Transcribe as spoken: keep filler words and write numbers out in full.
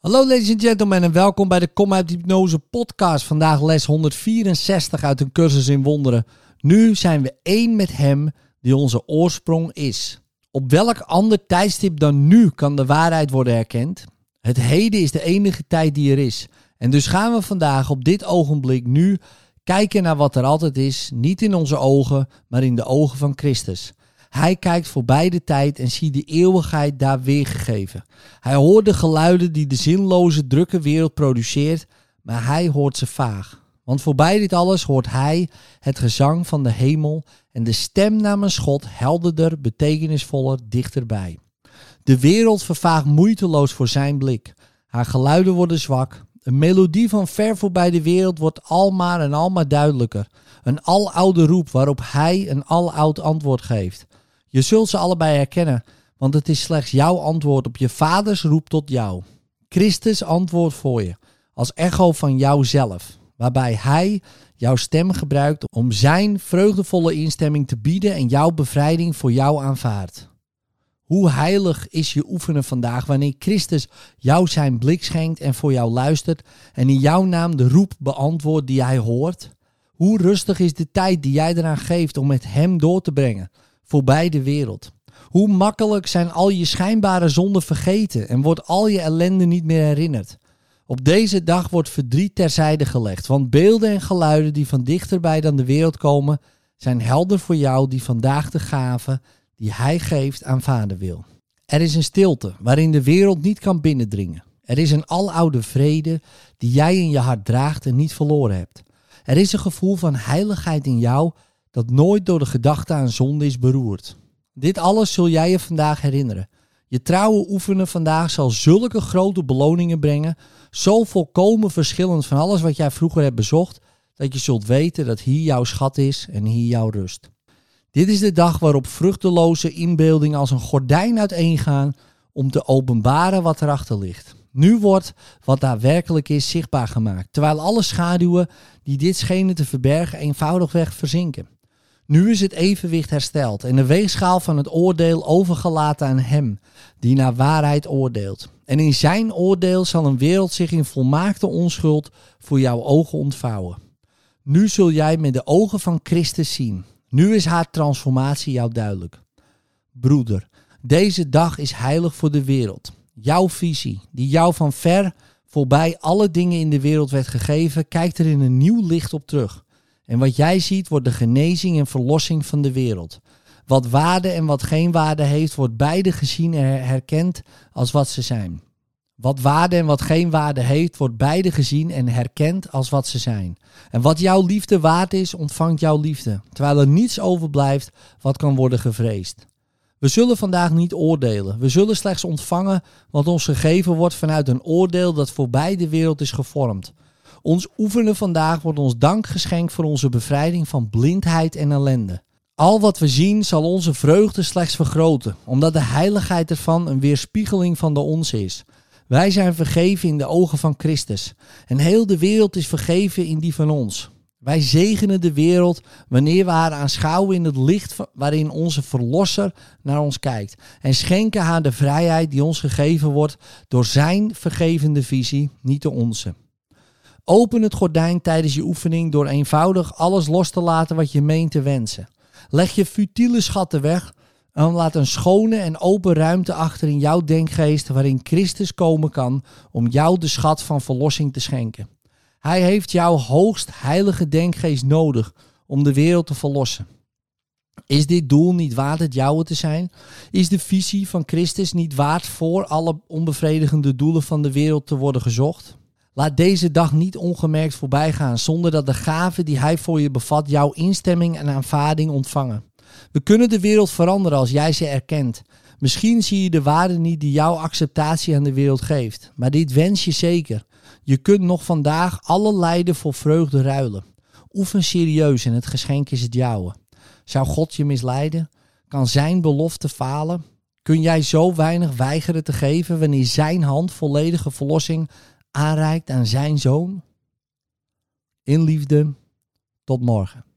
Hallo ladies and gentlemen en welkom bij de Kom uit Hypnose podcast. Vandaag les honderdvierenzestig uit een cursus in wonderen. Nu zijn we één met hem die onze oorsprong is. Op welk ander tijdstip dan nu kan de waarheid worden herkend? Het heden is de enige tijd die er is. En dus gaan we vandaag op dit ogenblik nu kijken naar wat er altijd is. Niet in onze ogen, maar in de ogen van Christus. Hij kijkt voorbij de tijd en ziet de eeuwigheid daar weergegeven. Hij hoort de geluiden die de zinloze, drukke wereld produceert, maar hij hoort ze vaag. Want voorbij dit alles hoort hij het gezang van de hemel en de stem namens God helderder, betekenisvoller, dichterbij. De wereld vervaagt moeiteloos voor zijn blik. Haar geluiden worden zwak. Een melodie van ver voorbij de wereld wordt almaar en almaar duidelijker. Een aloude roep waarop hij een aloud antwoord geeft. Je zult ze allebei herkennen, want het is slechts jouw antwoord op je vaders roep tot jou. Christus antwoordt voor je, als echo van jouzelf, waarbij hij jouw stem gebruikt om zijn vreugdevolle instemming te bieden en jouw bevrijding voor jou aanvaardt. Hoe heilig is je oefenen vandaag wanneer Christus jou zijn blik schenkt en voor jou luistert en in jouw naam de roep beantwoordt die hij hoort? Hoe rustig is de tijd die jij eraan geeft om met hem door te brengen? Voorbij de wereld. Hoe makkelijk zijn al je schijnbare zonden vergeten en wordt al je ellende niet meer herinnerd. Op deze dag wordt verdriet terzijde gelegd, want beelden en geluiden die van dichterbij dan de wereld komen, zijn helder voor jou die vandaag de gave die hij geeft aanvaarden wil. Er is een stilte waarin de wereld niet kan binnendringen. Er is een aloude vrede die jij in je hart draagt en niet verloren hebt. Er is een gevoel van heiligheid in jou dat nooit door de gedachte aan zonde is beroerd. Dit alles zul jij je vandaag herinneren. Je trouwe oefenen vandaag zal zulke grote beloningen brengen, zo volkomen verschillend van alles wat jij vroeger hebt bezocht, dat je zult weten dat hier jouw schat is en hier jouw rust. Dit is de dag waarop vruchteloze inbeeldingen als een gordijn uiteengaan om te openbaren wat erachter ligt. Nu wordt wat daadwerkelijk is zichtbaar gemaakt, terwijl alle schaduwen die dit schenen te verbergen eenvoudigweg verzinken. Nu is het evenwicht hersteld en de weegschaal van het oordeel overgelaten aan hem, die naar waarheid oordeelt. En in zijn oordeel zal een wereld zich in volmaakte onschuld voor jouw ogen ontvouwen. Nu zul jij met de ogen van Christus zien. Nu is haar transformatie jou duidelijk. Broeder, deze dag is heilig voor de wereld. Jouw visie, die jou van ver voorbij alle dingen in de wereld werd gegeven, kijkt er in een nieuw licht op terug. En wat jij ziet wordt de genezing en verlossing van de wereld. Wat waarde en wat geen waarde heeft, wordt beide gezien en herkend als wat ze zijn. Wat waarde en wat geen waarde heeft, wordt beide gezien en herkend als wat ze zijn. En wat jouw liefde waard is, ontvangt jouw liefde, terwijl er niets overblijft wat kan worden gevreesd. We zullen vandaag niet oordelen. We zullen slechts ontvangen wat ons gegeven wordt vanuit een oordeel dat voorbij de wereld is gevormd. Ons oefenen vandaag wordt ons dank geschenkt voor onze bevrijding van blindheid en ellende. Al wat we zien zal onze vreugde slechts vergroten, omdat de heiligheid ervan een weerspiegeling van de onze is. Wij zijn vergeven in de ogen van Christus en heel de wereld is vergeven in die van ons. Wij zegenen de wereld wanneer we haar aanschouwen in het licht waarin onze Verlosser naar ons kijkt en schenken haar de vrijheid die ons gegeven wordt door zijn vergevende visie, niet de onze. Open het gordijn tijdens je oefening door eenvoudig alles los te laten wat je meent te wensen. Leg je futiele schatten weg en laat een schone en open ruimte achter in jouw denkgeest waarin Christus komen kan om jou de schat van verlossing te schenken. Hij heeft jouw hoogst heilige denkgeest nodig om de wereld te verlossen. Is dit doel niet waard het jouwe te zijn? Is de visie van Christus niet waard voor alle onbevredigende doelen van de wereld te worden gezocht? Laat deze dag niet ongemerkt voorbij gaan zonder dat de gave die hij voor je bevat jouw instemming en aanvaarding ontvangen. We kunnen de wereld veranderen als jij ze erkent. Misschien zie je de waarde niet die jouw acceptatie aan de wereld geeft, maar dit wens je zeker. Je kunt nog vandaag alle lijden voor vreugde ruilen. Oefen serieus en het geschenk is het jouwe. Zou God je misleiden? Kan zijn belofte falen? Kun jij zo weinig weigeren te geven wanneer zijn hand volledige verlossing aanreikt aan zijn zoon? In liefde, tot morgen.